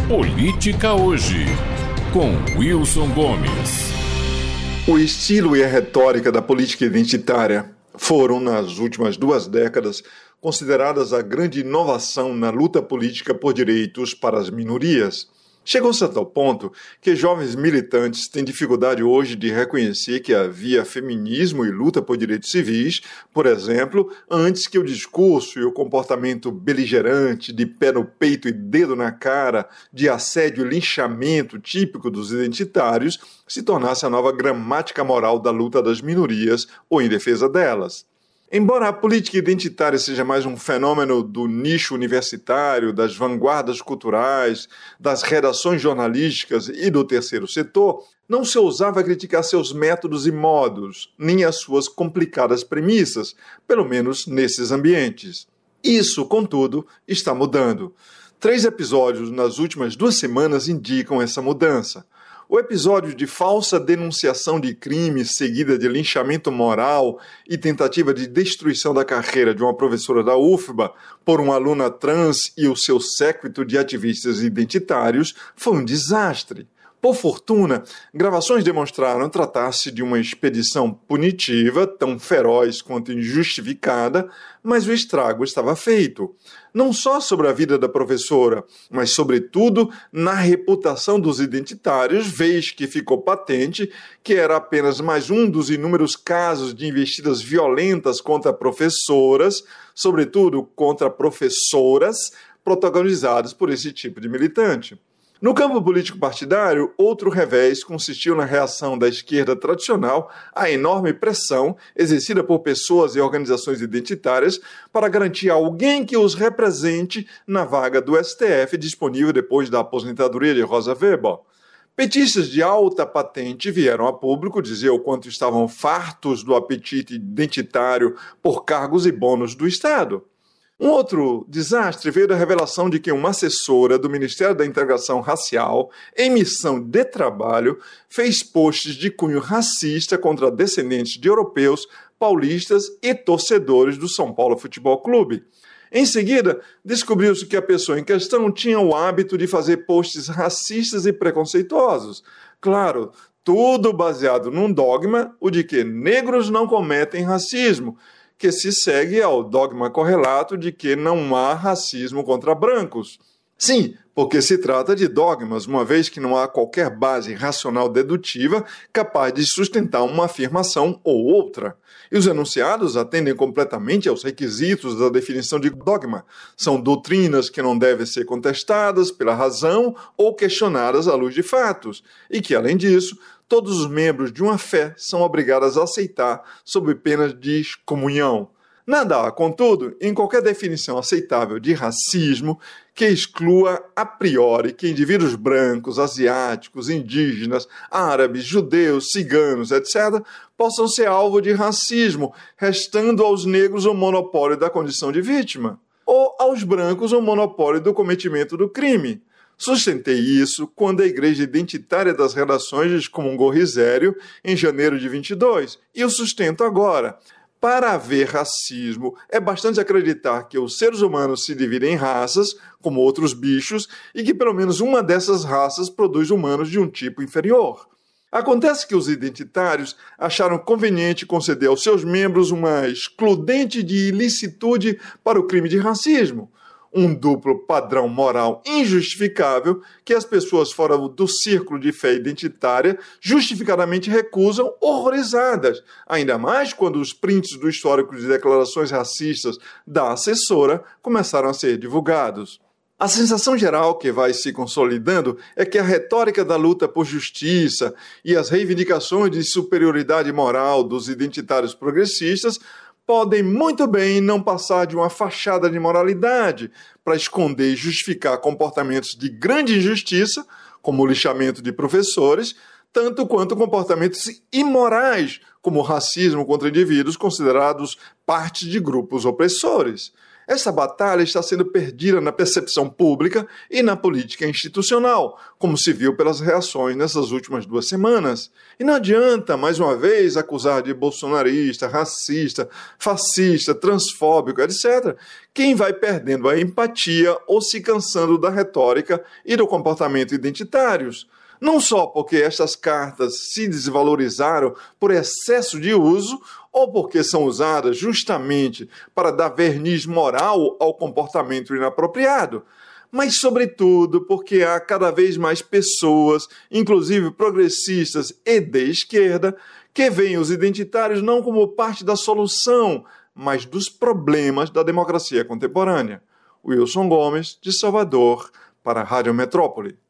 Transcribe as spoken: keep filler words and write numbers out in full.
Política Hoje, com Wilson Gomes. O estilo e a retórica da política identitária foram, nas últimas duas décadas, consideradas a grande inovação na luta política por direitos para as minorias. Chegou-se a tal ponto que jovens militantes têm dificuldade hoje de reconhecer que havia feminismo e luta por direitos civis, por exemplo, antes que o discurso e o comportamento beligerante, de pé no peito e dedo na cara, de assédio e linchamento típico dos identitários, se tornasse a nova gramática moral da luta das minorias ou em defesa delas. Embora a política identitária seja mais um fenômeno do nicho universitário, das vanguardas culturais, das redações jornalísticas e do terceiro setor, não se ousava criticar seus métodos e modos, nem as suas complicadas premissas, pelo menos nesses ambientes. Isso, contudo, está mudando. Três episódios nas últimas duas semanas indicam essa mudança. O episódio de falsa denunciação de crime seguida de linchamento moral e tentativa de destruição da carreira de uma professora da U F B A por uma aluna trans e o seu séquito de ativistas identitários foi um desastre. Por fortuna, gravações demonstraram tratar-se de uma expedição punitiva, tão feroz quanto injustificada, mas o estrago estava feito. Não só sobre a vida da professora, mas, sobretudo, na reputação dos identitários, vez que ficou patente que era apenas mais um dos inúmeros casos de investidas violentas contra professoras, sobretudo contra professoras, protagonizados por esse tipo de militante. No campo político partidário, outro revés consistiu na reação da esquerda tradicional à enorme pressão exercida por pessoas e organizações identitárias para garantir alguém que os represente na vaga do S T F disponível depois da aposentadoria de Rosa Weber. Petistas de alta patente vieram a público dizer o quanto estavam fartos do apetite identitário por cargos e bônus do Estado. Um outro desastre veio da revelação de que uma assessora do Ministério da Integração Racial, em missão de trabalho, fez posts de cunho racista contra descendentes de europeus, paulistas e torcedores do São Paulo Futebol Clube. Em seguida, descobriu-se que a pessoa em questão tinha o hábito de fazer posts racistas e preconceituosos. Claro, tudo baseado num dogma, o de que negros não cometem racismo, que se segue ao dogma correlato de que não há racismo contra brancos. Sim, porque se trata de dogmas, uma vez que não há qualquer base racional dedutiva capaz de sustentar uma afirmação ou outra. E os enunciados atendem completamente aos requisitos da definição de dogma. São doutrinas que não devem ser contestadas pela razão ou questionadas à luz de fatos, e que, além disso, todos os membros de uma fé são obrigados a aceitar sob pena de excomunhão. Nada há, contudo, em qualquer definição aceitável de racismo que exclua a priori que indivíduos brancos, asiáticos, indígenas, árabes, judeus, ciganos, etcétera possam ser alvo de racismo, restando aos negros o monopólio da condição de vítima, ou aos brancos o monopólio do cometimento do crime. Sustentei isso quando a Igreja Identitária das Relações excomungou Risério em janeiro de vinte e dois, e o sustento agora. Para haver racismo, é bastante acreditar que os seres humanos se dividem em raças, como outros bichos, e que pelo menos uma dessas raças produz humanos de um tipo inferior. Acontece que os identitários acharam conveniente conceder aos seus membros uma excludente de ilicitude para o crime de racismo. Um duplo padrão moral injustificável que as pessoas fora do círculo de fé identitária justificadamente recusam, horrorizadas, ainda mais quando os prints do histórico de declarações racistas da assessora começaram a ser divulgados. A sensação geral que vai se consolidando é que a retórica da luta por justiça e as reivindicações de superioridade moral dos identitários progressistas podem muito bem não passar de uma fachada de moralidade para esconder e justificar comportamentos de grande injustiça, como o lixamento de professores, tanto quanto comportamentos imorais, como o racismo contra indivíduos considerados parte de grupos opressores. Essa batalha está sendo perdida na percepção pública e na política institucional, como se viu pelas reações nessas últimas duas semanas. E não adianta, mais uma vez, acusar de bolsonarista, racista, fascista, transfóbico, etcétera, quem vai perdendo a empatia ou se cansando da retórica e do comportamento identitários. Não só porque estas cartas se desvalorizaram por excesso de uso, ou porque são usadas justamente para dar verniz moral ao comportamento inapropriado, mas, sobretudo, porque há cada vez mais pessoas, inclusive progressistas e de esquerda, que veem os identitários não como parte da solução, mas dos problemas da democracia contemporânea. Wilson Gomes, de Salvador, para a Rádio Metrópole.